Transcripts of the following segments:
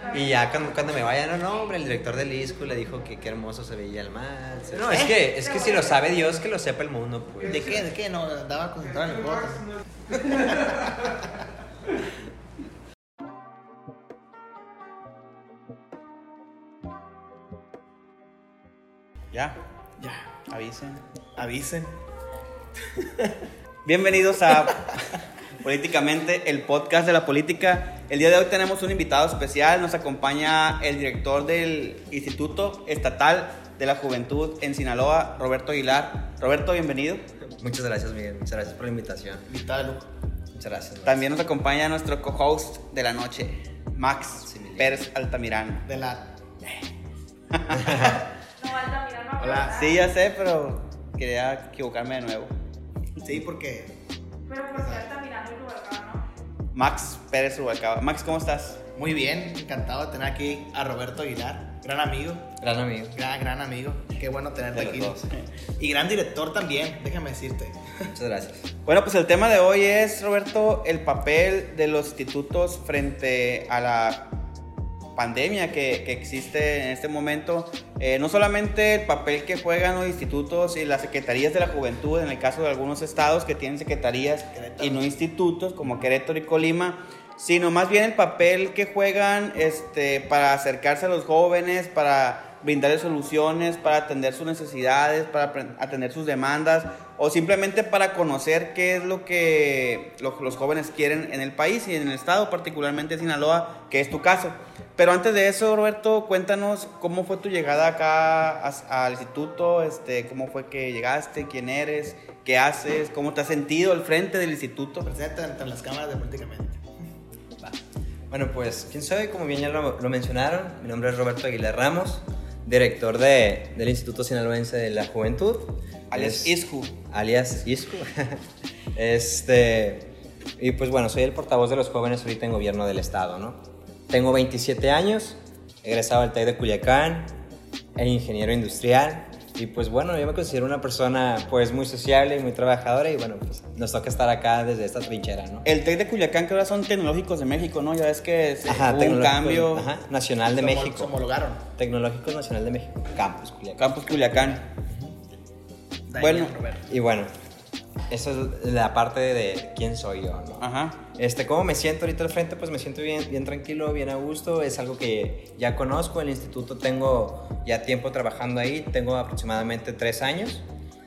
Y ya cuando me vayan, no, hombre, el director del ISCU le dijo que qué hermoso se veía el mar. No, es que si lo sabe Dios, que lo sepa el mundo, pues. ¿De qué? No, andaba concentrado en el bote. Ya, Avisen. Bienvenidos a Políticamente, el podcast de la política. El día de hoy tenemos un invitado especial. Nos acompaña el director del Instituto Estatal de la Juventud en Sinaloa, Roberto Aguilar. Roberto, bienvenido. Muchas gracias, Miguel. Muchas gracias por la invitación. Invítalo. Muchas gracias. También nos acompaña nuestro co-host de la noche, Max Pérez Altamirano. De la... No, Altamirano. Hola. Sí, ya sé, pero quería equivocarme de nuevo. Sí, porque... Pero ¿por qué Altamirano y Rubalcaba, no? Max Pérez Rubalcaba. Max, ¿cómo estás? Muy bien, encantado de tener aquí a Roberto Aguilar. Gran amigo. Gran amigo. Gran amigo. Qué bueno tenerte De los aquí. dos. Y gran director también, déjame decirte. Muchas gracias. Bueno, pues el tema de hoy es, Roberto, el papel de los institutos frente a la pandemia que existe en este momento. No solamente el papel que juegan los institutos y las secretarías de la juventud, en el caso de algunos estados que tienen secretarías y no institutos, como Querétaro y Colima, sino más bien el papel que juegan para acercarse a los jóvenes, para brindarles soluciones, para atender sus necesidades, para atender sus demandas, o simplemente para conocer qué es lo que los jóvenes quieren en el país y en el estado, particularmente en Sinaloa, que es tu caso. Pero antes de eso, Roberto, cuéntanos cómo fue tu llegada acá al instituto, cómo fue que llegaste, quién eres, qué haces, cómo te has sentido al frente del instituto. Presenta ante las cámaras de Políticamente. Bueno, pues, ¿quién soy? Como bien ya lo mencionaron, mi nombre es Roberto Aguilar Ramos, director del Instituto Sinaloense de la Juventud. Alias ISCU. Alias ISCU. Y pues bueno, soy el portavoz de los jóvenes ahorita en gobierno del estado, ¿no? Tengo 27 años, egresado del TEC de Culiacán, e ingeniero industrial. Y pues bueno, yo me considero una persona pues muy sociable y muy trabajadora y bueno, pues nos toca estar acá desde esta trinchera, ¿no? El TEC de Culiacán, que ahora son tecnológicos de México, ¿no? Ya ves que hubo un cambio. Ajá, Nacional de México. Se homologaron. Tecnológicos Nacional de México, Campus Culiacán. Campus Culiacán. Daniel, Bueno. Roberto. Y bueno, esa es la parte de quién soy yo, ¿no? Ajá. ¿Cómo me siento ahorita al frente? Pues me siento bien tranquilo, bien a gusto. Es algo que ya conozco. El instituto tengo ya tiempo trabajando ahí. Tengo aproximadamente 3 años.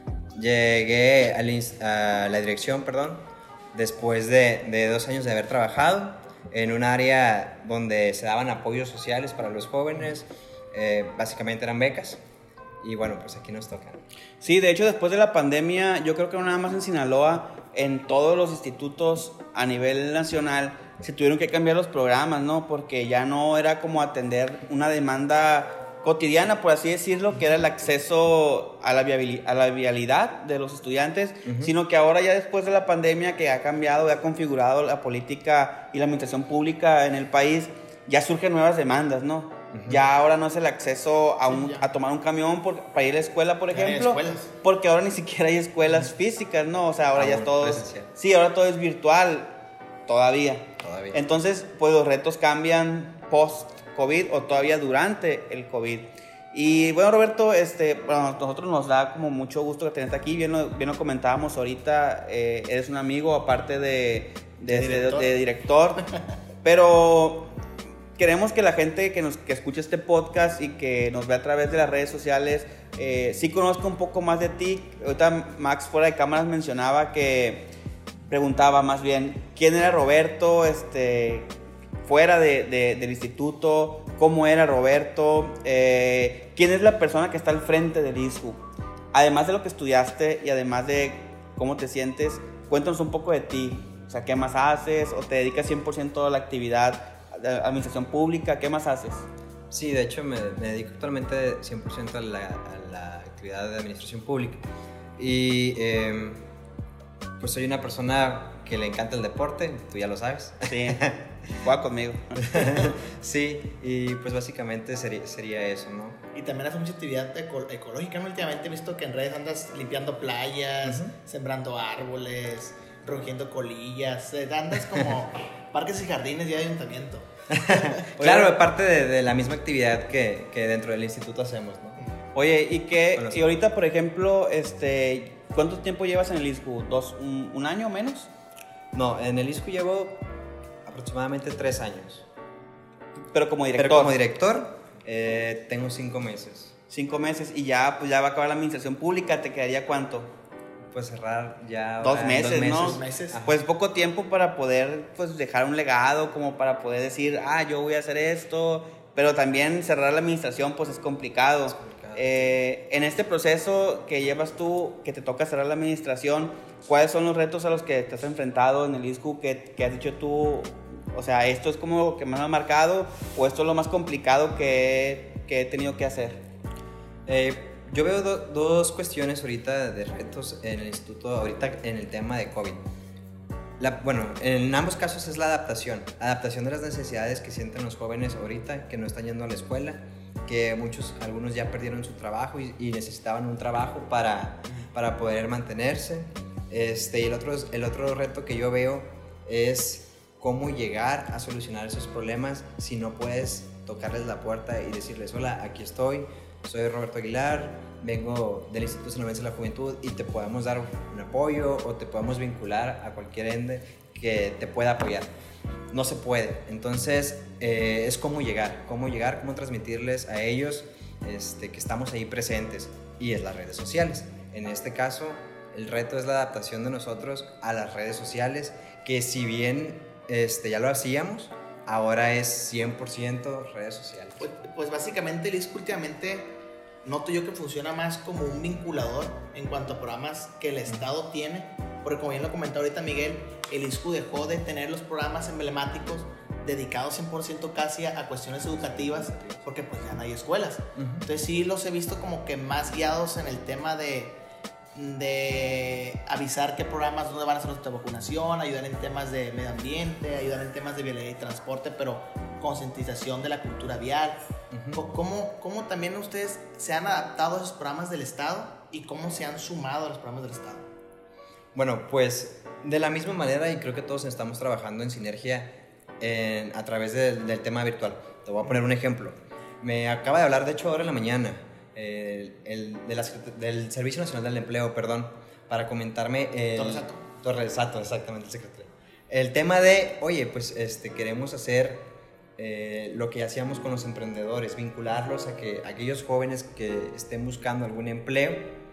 Llegué a la dirección, después de 2 años de haber trabajado en un área donde se daban apoyos sociales para los jóvenes. Básicamente eran becas. Y bueno, pues aquí nos toca. Sí, de hecho, después de la pandemia, yo creo que no nada más en Sinaloa, en todos los institutos a nivel nacional se tuvieron que cambiar los programas, ¿no? Porque ya no era como atender una demanda cotidiana, por así decirlo, que era el acceso a la vialidad de los estudiantes, sino que ahora ya después de la pandemia que ha cambiado, ha configurado la política y la administración pública en el país, ya surgen nuevas demandas, ¿no? Ya ahora no es el acceso a tomar un camión para ir a la escuela, por ejemplo, porque ahora ni siquiera hay escuelas físicas, ¿no? O sea, ahora ya es todo presencial. Sí, ahora todo es virtual, todavía. Entonces, Entonces, pues los retos cambian post-COVID o todavía durante el COVID. Y bueno, Roberto, bueno, a nosotros nos da como mucho gusto tenerte aquí. Bien lo comentábamos ahorita, eres un amigo aparte de director, pero queremos que la gente que escuche este podcast y que nos ve a través de las redes sociales sí conozca un poco más de ti. Ahorita Max fuera de cámaras preguntaba más bien quién era Roberto fuera del instituto, cómo era Roberto, quién es la persona que está al frente del ISCU. Además de lo que estudiaste y además de cómo te sientes, cuéntanos un poco de ti. O sea, ¿qué más haces? ¿O te dedicas 100% a la actividad de administración pública? ¿Qué más haces? Sí, de hecho me dedico actualmente 100% a la actividad de administración pública. Y pues soy una persona que le encanta el deporte, tú ya lo sabes. Sí, juega conmigo. Sí, y pues básicamente sería eso, ¿no? Y también hace mucha actividad ecológica, ¿no? Últimamente he visto que en redes andas limpiando playas, sembrando árboles, recogiendo colillas, andas como parques y jardines y ayuntamiento. Claro, parte de la misma actividad que dentro del instituto hacemos, ¿no? Oye, Bueno, sí. y ahorita, por ejemplo, ¿cuánto tiempo llevas en el ISCU? ¿Un año o menos? No, en el ISCU llevo aproximadamente 3 años. Pero como director. Pero como director tengo 5 meses. 5 meses y ya, pues ya va a acabar la administración pública, ¿te quedaría cuánto? Pues cerrar ya... 2 meses, ¿no? 2 meses. Ajá. Pues poco tiempo para poder pues dejar un legado, como para poder decir, yo voy a hacer esto, pero también cerrar la administración pues es complicado. Es complicado. En este proceso que llevas tú, que te toca cerrar la administración, ¿cuáles son los retos a los que te has enfrentado en el ISCU que has dicho tú? O sea, ¿esto es como lo que más me ha marcado o esto es lo más complicado que he tenido que hacer? Yo veo dos cuestiones ahorita de retos en el instituto, ahorita en el tema de COVID. Bueno, en ambos casos es la adaptación de las necesidades que sienten los jóvenes ahorita, que no están yendo a la escuela, que algunos ya perdieron su trabajo y necesitaban un trabajo para poder mantenerse. Y el otro reto que yo veo es cómo llegar a solucionar esos problemas si no puedes tocarles la puerta y decirles, hola, aquí estoy, soy Roberto Aguilar, vengo del Instituto Sinaloense de la Juventud y te podemos dar un apoyo o te podemos vincular a cualquier ente que te pueda apoyar. No se puede. Entonces, es cómo llegar, cómo transmitirles a ellos que estamos ahí presentes, y es las redes sociales. En este caso, el reto es la adaptación de nosotros a las redes sociales, que si bien ya lo hacíamos, ahora es 100% redes sociales. Pues básicamente el ISCU últimamente noto yo que funciona más como un vinculador en cuanto a programas que el Estado tiene, porque como bien lo comentó ahorita Miguel, el ISCU dejó de tener los programas emblemáticos dedicados 100% casi a cuestiones educativas, porque pues ya no hay escuelas. Entonces sí los he visto como que más guiados en el tema de avisar qué programas, dónde van a hacer nuestra vacunación, ayudar en temas de medio ambiente, ayudar en temas de vialidad y transporte, pero concientización de la cultura vial. ¿Cómo también ustedes se han adaptado a esos programas del Estado y cómo se han sumado a los programas del Estado? Bueno, pues de la misma manera, y creo que todos estamos trabajando en sinergia a través del tema virtual. Te voy a poner un ejemplo. Me acaba de hablar, de hecho, ahora en la mañana, del Servicio Nacional del Empleo, para comentarme Torresato, exactamente, el secretario. El tema de, oye, pues queremos hacer lo que hacíamos con los emprendedores, vincularlos a que aquellos jóvenes que estén buscando algún empleo,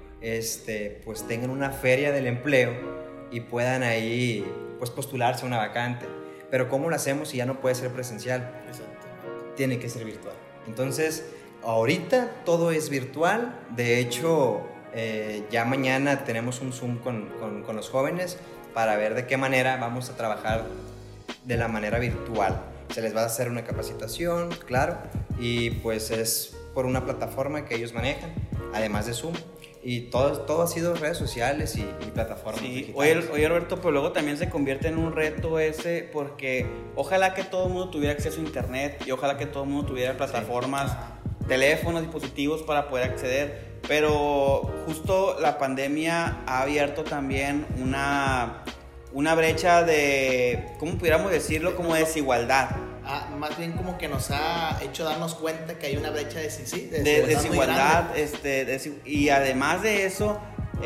pues tengan una feria del empleo y puedan ahí pues postularse a una vacante. Pero ¿cómo lo hacemos si ya no puede ser presencial? Exactamente. Tiene que ser virtual. Entonces, ahorita todo es virtual. De hecho, ya mañana tenemos un Zoom con los jóvenes para ver de qué manera vamos a trabajar de la manera virtual. Se les va a hacer una capacitación, claro, y pues es por una plataforma que ellos manejan, además de Zoom. Y todo ha sido redes sociales y plataformas digitales. Oye Roberto, pero luego también se convierte en un reto ese, porque ojalá que todo el mundo tuviera acceso a internet y ojalá que todo el mundo tuviera plataformas, teléfonos, dispositivos para poder acceder, pero justo la pandemia ha abierto también una brecha de, ¿cómo pudiéramos decirlo? Como desigualdad. Más bien como que nos ha hecho darnos cuenta que hay una brecha de desigualdad, y además de eso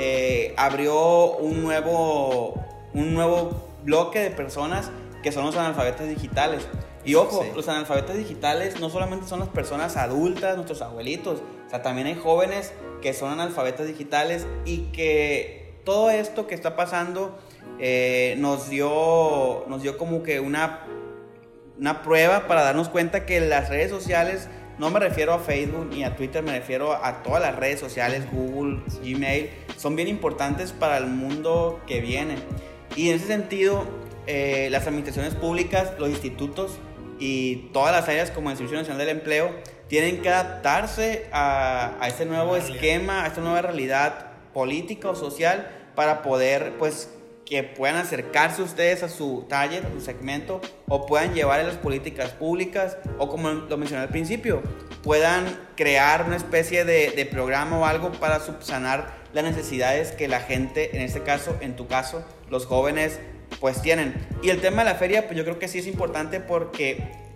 abrió un nuevo bloque de personas que son los analfabetas digitales. Y ojo, sí, los analfabetas digitales no solamente son las personas adultas, nuestros abuelitos, o sea, también hay jóvenes que son analfabetas digitales, y que todo esto que está pasando nos dio como que una prueba para darnos cuenta que las redes sociales, no me refiero a Facebook ni a Twitter, me refiero a todas las redes sociales, Google, Gmail, son bien importantes para el mundo que viene. Y en ese sentido, las administraciones públicas, los institutos y todas las áreas como el Servicio Nacional del Empleo tienen que adaptarse a este nuevo esquema, a esta nueva realidad política o social, para poder, pues, que puedan acercarse ustedes a su taller, a su segmento, o puedan llevar las políticas públicas, o como lo mencioné al principio, puedan crear una especie de programa o algo para subsanar las necesidades que la gente, en este caso, en tu caso, los jóvenes, pues tienen. Y el tema de la feria, pues yo creo que sí es importante, porque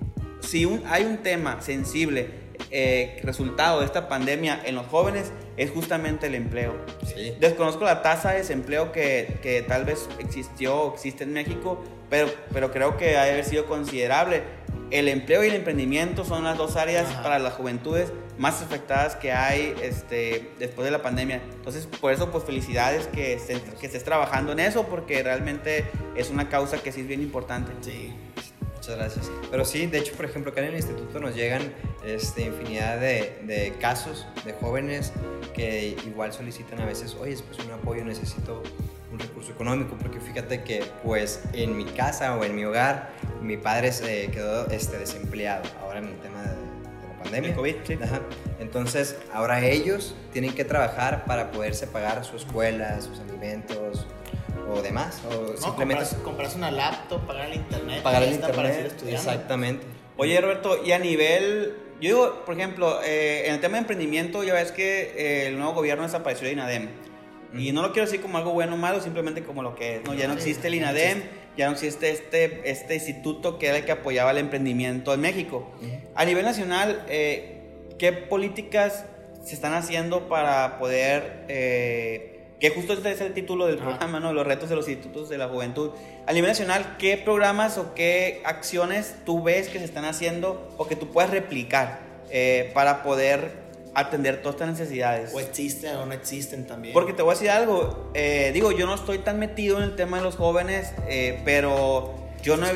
si hay un tema sensible, resultado de esta pandemia en los jóvenes, es justamente el empleo. Sí. Desconozco la tasa de desempleo que tal vez existió o existe en México, pero creo que ha de haber sido considerable. El empleo y el emprendimiento son las dos áreas para las juventudes más afectadas que hay después de la pandemia. Entonces, por eso, pues felicidades que estés trabajando en eso, porque realmente es una causa que sí es bien importante. Sí. Muchas gracias. Pero sí, de hecho, por ejemplo, acá en el instituto nos llegan infinidad de casos de jóvenes que igual solicitan a veces, oye, pues un apoyo, necesito un recurso económico, porque fíjate que pues en mi casa o en mi hogar, mi padre quedó desempleado ahora en el tema de la pandemia. El COVID, sí. Ajá. Entonces, ahora ellos tienen que trabajar para poderse pagar su escuela, sus alimentos o demás, o No, simplemente comprarse una laptop, pagar el internet. pagar el ya está para seguir internet. estudiando. Exactamente. Oye, Roberto, y a nivel, yo digo, por ejemplo, en el tema de emprendimiento, ya ves que el nuevo gobierno desapareció de INADEM. Y no lo quiero decir como algo bueno o malo, simplemente como lo que es, ¿no? Ya no existe el INADEM, ya no existe este instituto que era el que apoyaba el emprendimiento en México. A nivel nacional, ¿qué políticas se están haciendo para poder, que justo este es el título del programa, ¿no? Los retos de los institutos de la juventud. A nivel nacional, ¿qué programas o qué acciones tú ves que se están haciendo o que tú puedas replicar para poder atender todas estas necesidades? O existen o no existen también. Porque te voy a decir algo, yo no estoy tan metido en el tema de los jóvenes, pero yo no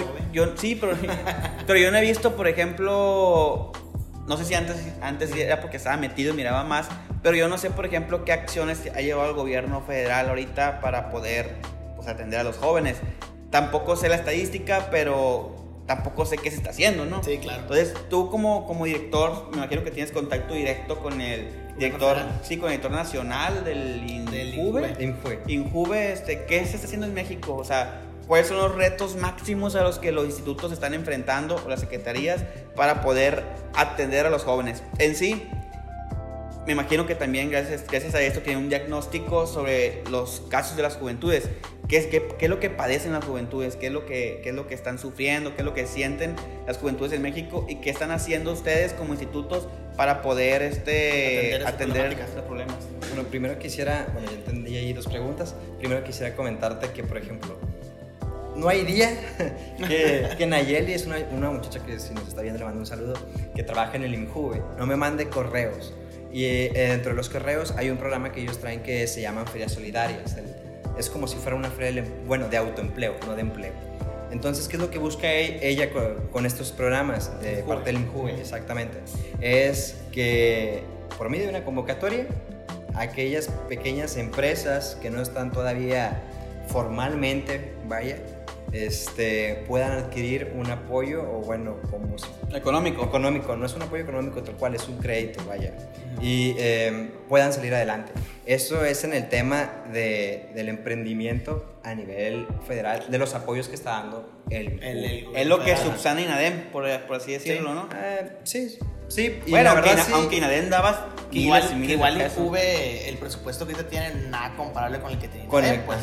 pero yo no he visto, por ejemplo, no sé si antes era porque estaba metido y miraba más, pero yo no sé, por ejemplo, qué acciones ha llevado el gobierno federal ahorita para poder, pues, atender a los jóvenes. Tampoco sé la estadística, pero tampoco sé qué se está haciendo, ¿no? Sí, claro. Entonces, tú como director, me imagino que tienes contacto directo con el director, sí, con el director nacional del INJUVE. INJUVE, ¿qué se está haciendo en México? O sea, ¿cuáles son los retos máximos a los que los institutos están enfrentando, o las secretarías, para poder atender a los jóvenes? En sí, me imagino que también gracias a esto tiene un diagnóstico sobre los casos de las juventudes. ¿Qué es lo que padecen las juventudes? ¿Qué es lo que están sufriendo? ¿Qué es lo que sienten las juventudes en México? ¿Y qué están haciendo ustedes como institutos para poder atender los problemas? Bueno, primero quisiera, ya entendí ahí dos preguntas. Primero quisiera comentarte que, por ejemplo, no hay día que Nayeli es una muchacha que, si nos está viendo, le mando un saludo, que trabaja en el INJUVE, no me mande correos. Y dentro de los correos hay un programa que ellos traen que se llaman Ferias Solidarias. Es como si fuera una feria, de autoempleo, no de empleo. Entonces, ¿qué es lo que busca ella con estos programas de parte del INJUVE? Exactamente. Es que por medio de una convocatoria, aquellas pequeñas empresas que no están todavía formalmente, puedan adquirir un apoyo, o bueno, como si... Económico, no es un apoyo económico tal cual, es un crédito, y puedan salir adelante. Eso es en el tema del emprendimiento a nivel federal, de los apoyos que está dando el es lo que subsana INADEM, por así decirlo, ¿no? Sí. Y bueno, la verdad, aunque INADEM daba igual de pesos. el presupuesto que ahorita tiene nada comparable con el que tenía.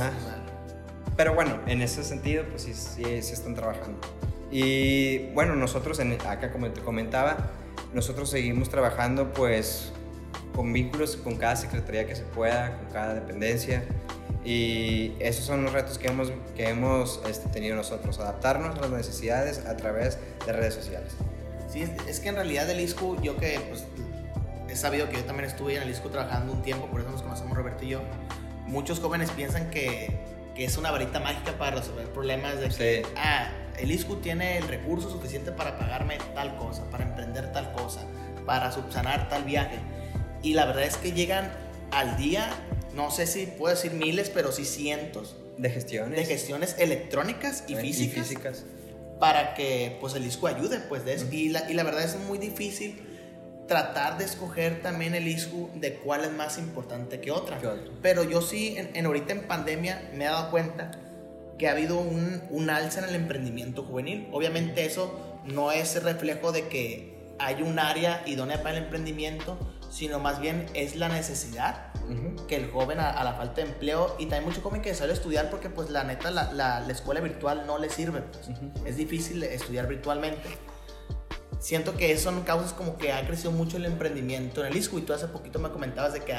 Pero bueno, en ese sentido, pues sí se están trabajando. Y bueno, nosotros acá, como te comentaba, nosotros seguimos trabajando pues con vínculos con cada secretaría que se pueda, con cada dependencia. Y esos son los retos que hemos tenido nosotros, adaptarnos a las necesidades a través de redes sociales. Sí, es que en realidad el ISCU, yo que pues he sabido que yo también estuve en el ISCU trabajando un tiempo, por eso nos conocemos Roberto y yo. Muchos jóvenes piensan que es una varita mágica para resolver problemas de que, el ISCU tiene el recurso suficiente para pagarme tal cosa, para emprender tal cosa, para subsanar tal viaje. Y la verdad es que llegan al día, no sé si puedo decir miles, pero sí cientos de gestiones electrónicas y físicas para que pues el ISCU ayude pues de eso. Y la verdad es muy difícil tratar de escoger también el ISCU de cuál es más importante que otra. Pero yo sí, ahorita en pandemia me he dado cuenta que ha habido un alza en el emprendimiento juvenil. Obviamente eso no es reflejo de que hay un área idónea para el emprendimiento, sino más bien es la necesidad que el joven a la falta de empleo, y también mucho joven que sale a estudiar porque pues la neta la escuela virtual no le sirve, pues. Es difícil estudiar virtualmente. siento que son causas como que ha crecido mucho el emprendimiento en el ISCU, y tú hace poquito me comentabas de que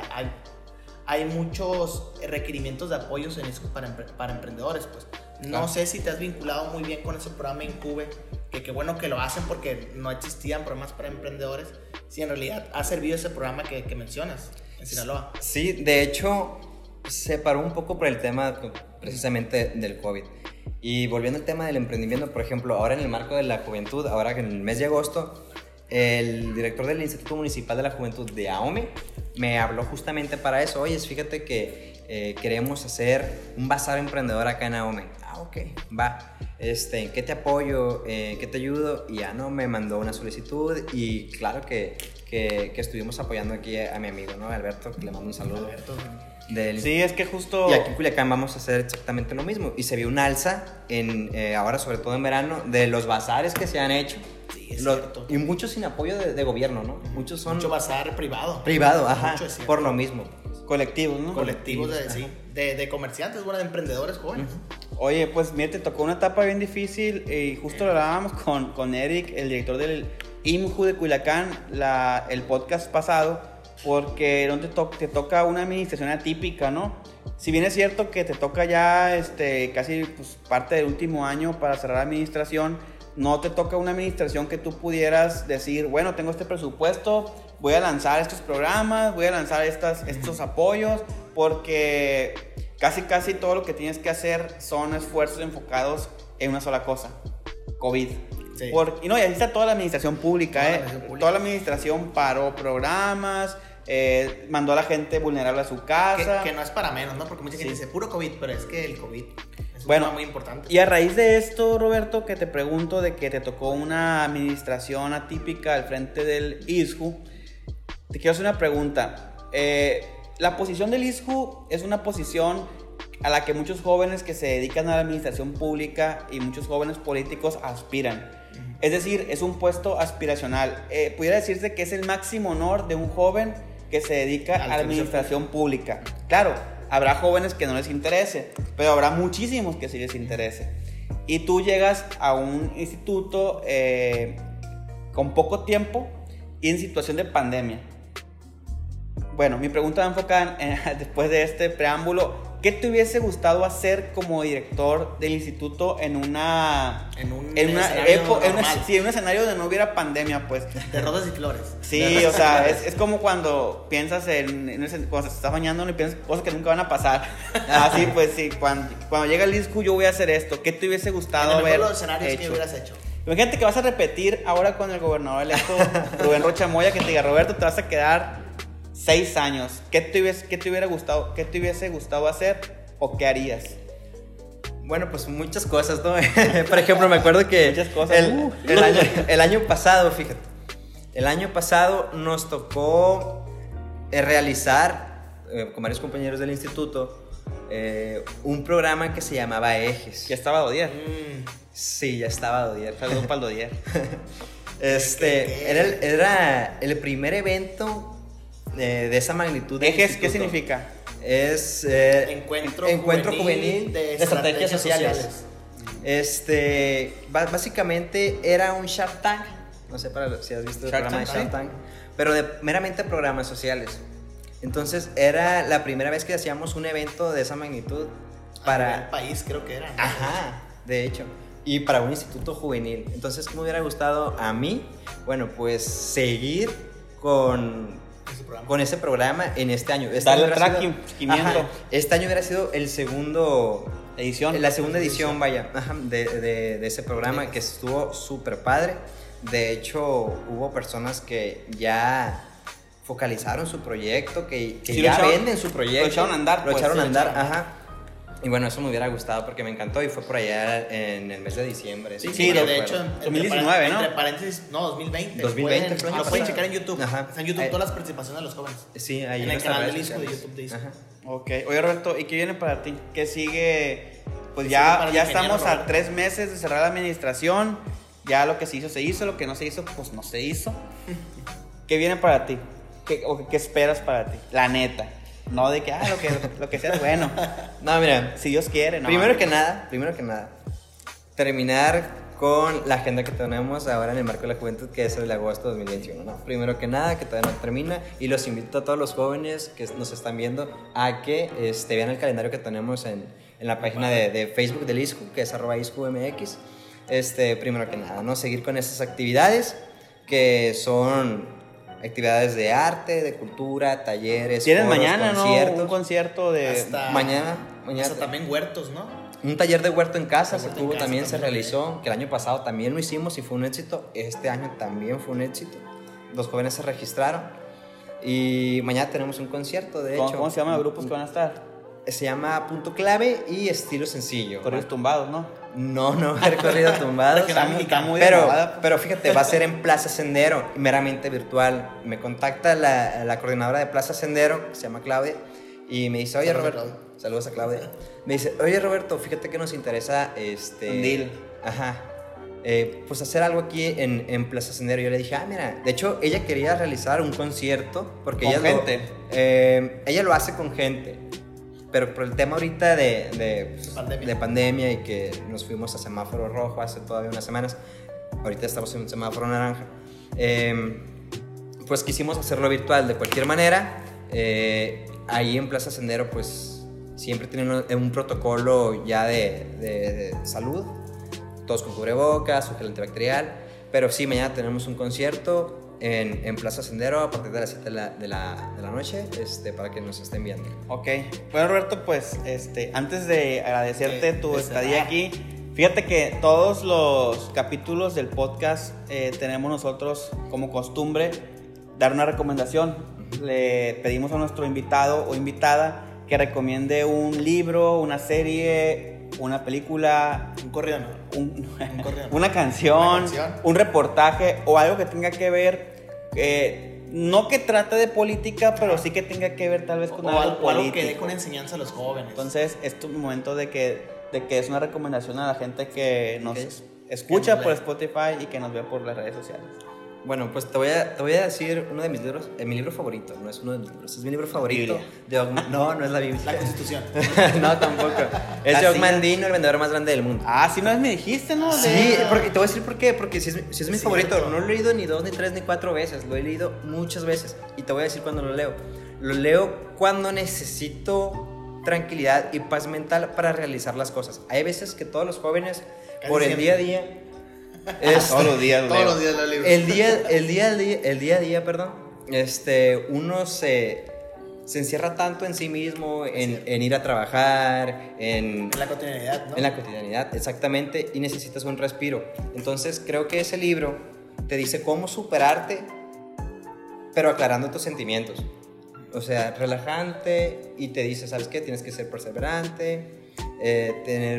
hay muchos requerimientos de apoyos en ISCU para emprendedores, pues. No sé si te has vinculado muy bien con ese programa Incube, que qué bueno que lo hacen porque no existían programas para emprendedores. Si en realidad ha servido ese programa que mencionas en Sinaloa. Sí, de hecho, se paró un poco por el tema precisamente del COVID. Y volviendo al tema del emprendimiento, por ejemplo, ahora en el marco de la juventud, ahora que en el mes de agosto, el director del Instituto Municipal de la Juventud de AOME me habló justamente para eso. Oye, fíjate que queremos hacer un bazar emprendedor acá en AOME. Ah, ok, va. ¿En qué te apoyo? ¿En qué te ayudo? Y ya no, me mandó una solicitud y claro que estuvimos apoyando aquí a mi amigo, ¿no? Alberto, que le mando un saludo. Alberto. Sí, es que justo... Y aquí en Culiacán vamos a hacer exactamente lo mismo. Y se vio un alza, ahora sobre todo en verano, de los bazares que se han hecho. Sí, es cierto. Y muchos sin apoyo de gobierno, ¿no? Muchos son... Mucho bazar privado. Privado, ajá, Mucho, es cierto. por lo mismo. Colectivos, ¿no? Colectivos de comerciantes, bueno, de emprendedores jóvenes. Oye, pues mira, te tocó una etapa bien difícil y justo lo hablábamos con Eric, el director del IMJU de Culiacán, el podcast pasado, porque te toca una administración atípica, ¿no? Si bien es cierto que te toca ya casi pues, parte del último año para cerrar la administración, no te toca una administración que tú pudieras decir, bueno, tengo este presupuesto, voy a lanzar estos programas, voy a lanzar estos apoyos, porque casi todo lo que tienes que hacer son esfuerzos enfocados en una sola cosa, COVID. Sí. Y así está toda la administración pública, Toda la administración paró programas, mandó a la gente vulnerable a su casa. Que no es para menos, ¿no? Porque mucha gente dice puro COVID, pero es que el COVID es un bueno, tema muy importante. Y a raíz de esto, Roberto, que te pregunto de que te tocó una administración atípica al frente del ISJU, te quiero hacer una pregunta. La posición del ISJU es una posición a la que muchos jóvenes que se dedican a la administración pública y muchos jóvenes políticos aspiran. Es decir, es un puesto aspiracional. Pudiera decirse que es el máximo honor de un joven que se dedica a la administración pública. Claro, habrá jóvenes que no les interese, pero habrá muchísimos que sí les interese. Y tú llegas a un instituto con poco tiempo y en situación de pandemia. Bueno, mi pregunta va enfocada después de este preámbulo. ¿Qué te hubiese gustado hacer como director del instituto en un escenario donde no hubiera pandemia, pues? De rosas y flores. Sí, o sea, es como cuando piensas cuando te estás bañando y piensas cosas que nunca van a pasar. Así pues, sí, cuando llega el ISCU yo voy a hacer esto. ¿Qué te hubiese gustado ver? En los escenarios que hubieras hecho. Imagínate que vas a repetir ahora con el gobernador electo Rubén Rocha Moya, que te diga, Roberto, te vas a quedar 6 años. ¿Qué te hubiese gustado hacer o qué harías? Bueno, pues muchas cosas, ¿no? Por ejemplo, me acuerdo que muchas cosas. el año pasado, fíjate, el año pasado nos tocó realizar con varios compañeros del instituto un programa que se llamaba Ejes. Ya estaba Dodier. Sí, ya estaba Dodier. Saludos para el Dodier. Era el primer evento de esa magnitud. ¿Ejes qué significa? Es Encuentro juvenil de estrategias sociales. Básicamente era un Shark Tank. No sé si has visto el programa de Shark Tank, pero meramente programas sociales. Entonces era la primera vez que hacíamos un evento de esa magnitud para el país, creo que era, ¿no? Ajá, de hecho. Y para un instituto juvenil. Entonces, ¿qué me hubiera gustado a mí? Bueno, pues seguir con ese programa en este año. Dale tracking, seguimiento. Este año hubiera sido la segunda edición, vaya, de ese programa que estuvo súper padre. De hecho, hubo personas que ya focalizaron su proyecto, que sí, ya venden su proyecto. Lo echaron a andar. Lo echaron a andar, ajá. Y bueno, eso me hubiera gustado porque me encantó y fue por allá en el mes de diciembre. Sí, de hecho, 2019, ¿no? Entre paréntesis, no, 2020. 2020. Lo pueden checar en YouTube. Ajá. Está en YouTube todas las participaciones de los jóvenes. Sí, ahí en el canal del ISCU de YouTube de ISCU. Ok. Oye, Roberto, ¿y qué viene para ti? ¿Qué sigue? Pues ya estamos a 3 meses de cerrar la administración. Ya lo que se hizo, lo que no se hizo, pues no se hizo. ¿Qué viene para ti? ¿Qué esperas para ti? La neta. No de que, lo que sea es bueno. No, mira. Si Dios quiere, ¿no? Primero que nada, terminar con la agenda que tenemos ahora en el marco de la juventud, que es el de agosto de 2021, ¿no? Primero que nada, que todavía no termina, y los invito a todos los jóvenes que nos están viendo a que vean el calendario que tenemos en la página de Facebook del ISCU, que es @ISCUMX. Primero que nada, ¿no? Seguir con estas actividades que son actividades de arte, de cultura, talleres, Tienen foros, mañana, conciertos. ¿no? Un concierto de... Hasta- Mañana Hasta también huertos, ¿no? un taller de huerto en casa Huerto se en tuvo, casa también se también. realizó, que el año pasado también lo hicimos y fue un éxito. Este año también fue un éxito. Los jóvenes se registraron y mañana tenemos un concierto, de hecho. ¿Cómo se llaman los grupos que van a estar? Se llama Punto Clave y Estilo Sencillo. Corridos tumbados, ¿no? No, recorrido tumbado. Regional mexicano. muy de moda, pues. Pero fíjate, va a ser en Plaza Sendero, meramente virtual. Me contacta la coordinadora de Plaza Sendero, que se llama Claudia, y me dice, oye Saludos a Roberto, Claudia. saludos a Claudia. Me dice, oye Roberto, fíjate que nos interesa Un deal. Ajá. Pues hacer algo aquí en Plaza Sendero. Yo le dije, mira, de hecho ella quería realizar un concierto porque ¿Con ella gente? ella lo hace con gente. Pero por el tema ahorita Pandemia. de pandemia y que nos fuimos a semáforo rojo hace todavía unas semanas, ahorita estamos en un semáforo naranja, pues quisimos hacerlo virtual de cualquier manera. Ahí en Plaza Sendero pues siempre tienen un protocolo ya de salud, todos con cubrebocas, su gel antibacterial, pero sí, mañana tenemos un concierto en Plaza Sendero a partir de las 7 de la noche, para que nos estén viendo. Ok. Bueno, Roberto, pues antes de agradecerte tu estadía aquí, fíjate que todos los capítulos del podcast tenemos nosotros como costumbre dar una recomendación. Le pedimos a nuestro invitado o invitada que recomiende un libro, una serie, una película, Un corrido, ¿no? corrido. una canción, Una canción. un reportaje o algo que tenga que ver, no que trate de política, pero sí que tenga que ver tal vez con O algo algo político. que deje una enseñanza a los jóvenes. Entonces, es tu momento de que es una recomendación a la gente que nos Ok. escucha Que nos por lee. Spotify y que nos ve por las redes sociales. Bueno, pues te voy a decir uno de mis libros, mi libro favorito, no es uno de mis libros, es mi libro favorito. No es la Biblia. La Constitución. No, tampoco. Es La de silla. Mandino, el vendedor más grande del mundo. Ah, sí, me dijiste, ¿no? Sí, porque, te voy a decir por qué, porque si es mi Sí, favorito, cierto. no lo he leído ni 2, ni 3, ni 4 veces, lo he leído muchas veces y te voy a decir cuándo lo leo. Lo leo cuando necesito tranquilidad y paz mental para realizar las cosas. Hay veces que todos los jóvenes, Casi por el siempre. día a día, Todos los días, Todos leo. los días lo libro. el día a día, perdón, uno se encierra tanto en sí mismo, en ir a trabajar, En la cotidianidad, ¿no? en la cotidianidad, exactamente, y necesitas un respiro. Entonces creo que ese libro te dice cómo superarte, pero aclarando tus sentimientos. O sea, relajante, y te dice, ¿sabes qué? Tienes que ser perseverante, tener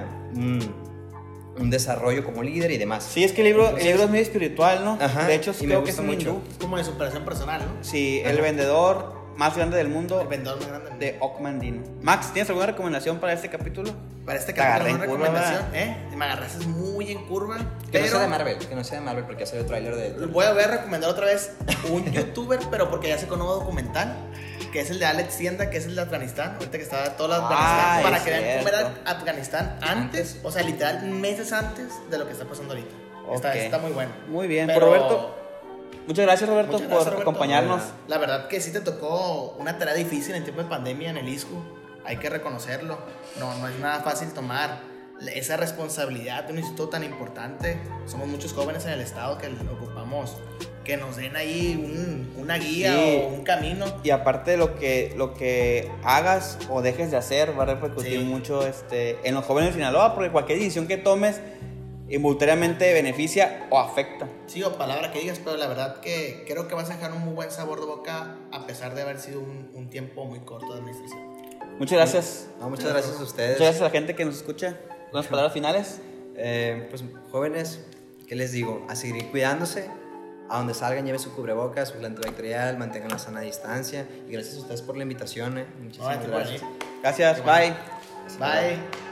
un desarrollo como líder y demás. Sí, es que el libro Entonces- es muy espiritual, ¿no? Ajá, De hecho, y me creo que es gusta un mucho. hindú. Es como de superación personal, ¿no? Sí, el Ajá. vendedor más grande del mundo El vendedor más grande. de Okmandino. Max, ¿tienes alguna recomendación para este capítulo? Para este Te agarré capítulo, una en curva, recomendación, Me agarraste muy en curva. Que no pero sea de Marvel, que no sea de Marvel, porque ya salió el tráiler de... voy a recomendar otra vez un youtuber, pero porque ya sacó un nuevo documental, que es el de Alex Tienda, que es el de Afganistán. Ahorita que estaba todo el Afganistán, Ah, para es que vean cómo era cierto. Afganistán antes, o sea, literal meses antes de lo que está pasando ahorita. Ok. Está muy bueno. Muy bien, Pero- Roberto. Muchas gracias, Roberto, Muchas gracias, por Roberto. acompañarnos. La verdad que sí te tocó una tarea difícil en tiempo de pandemia en el ISCU. Hay que reconocerlo. No es nada fácil tomar esa responsabilidad de un instituto tan importante. Somos muchos jóvenes en el estado que ocupamos que nos den ahí una guía Sí. o un camino. Y aparte de lo que hagas o dejes de hacer va a repercutir Sí. mucho en los jóvenes de Sinaloa, porque cualquier decisión que tomes involuntariamente beneficia o afecta. Sí, o palabra que digas, pero la verdad que creo que vas a dejar un muy buen sabor de boca a pesar de haber sido un tiempo muy corto de administración. Muchas gracias. No, muchas gracias a ustedes. Muchas gracias a la gente que nos escucha. ¿Unas palabras finales? Pues jóvenes, ¿qué les digo? A seguir cuidándose, a donde salgan lleven su cubrebocas, su gel antibacterial, mantengan la sana distancia, y gracias a ustedes por la invitación. Muchísimas No, gracias. Gracias, Qué bueno. bye. Bye.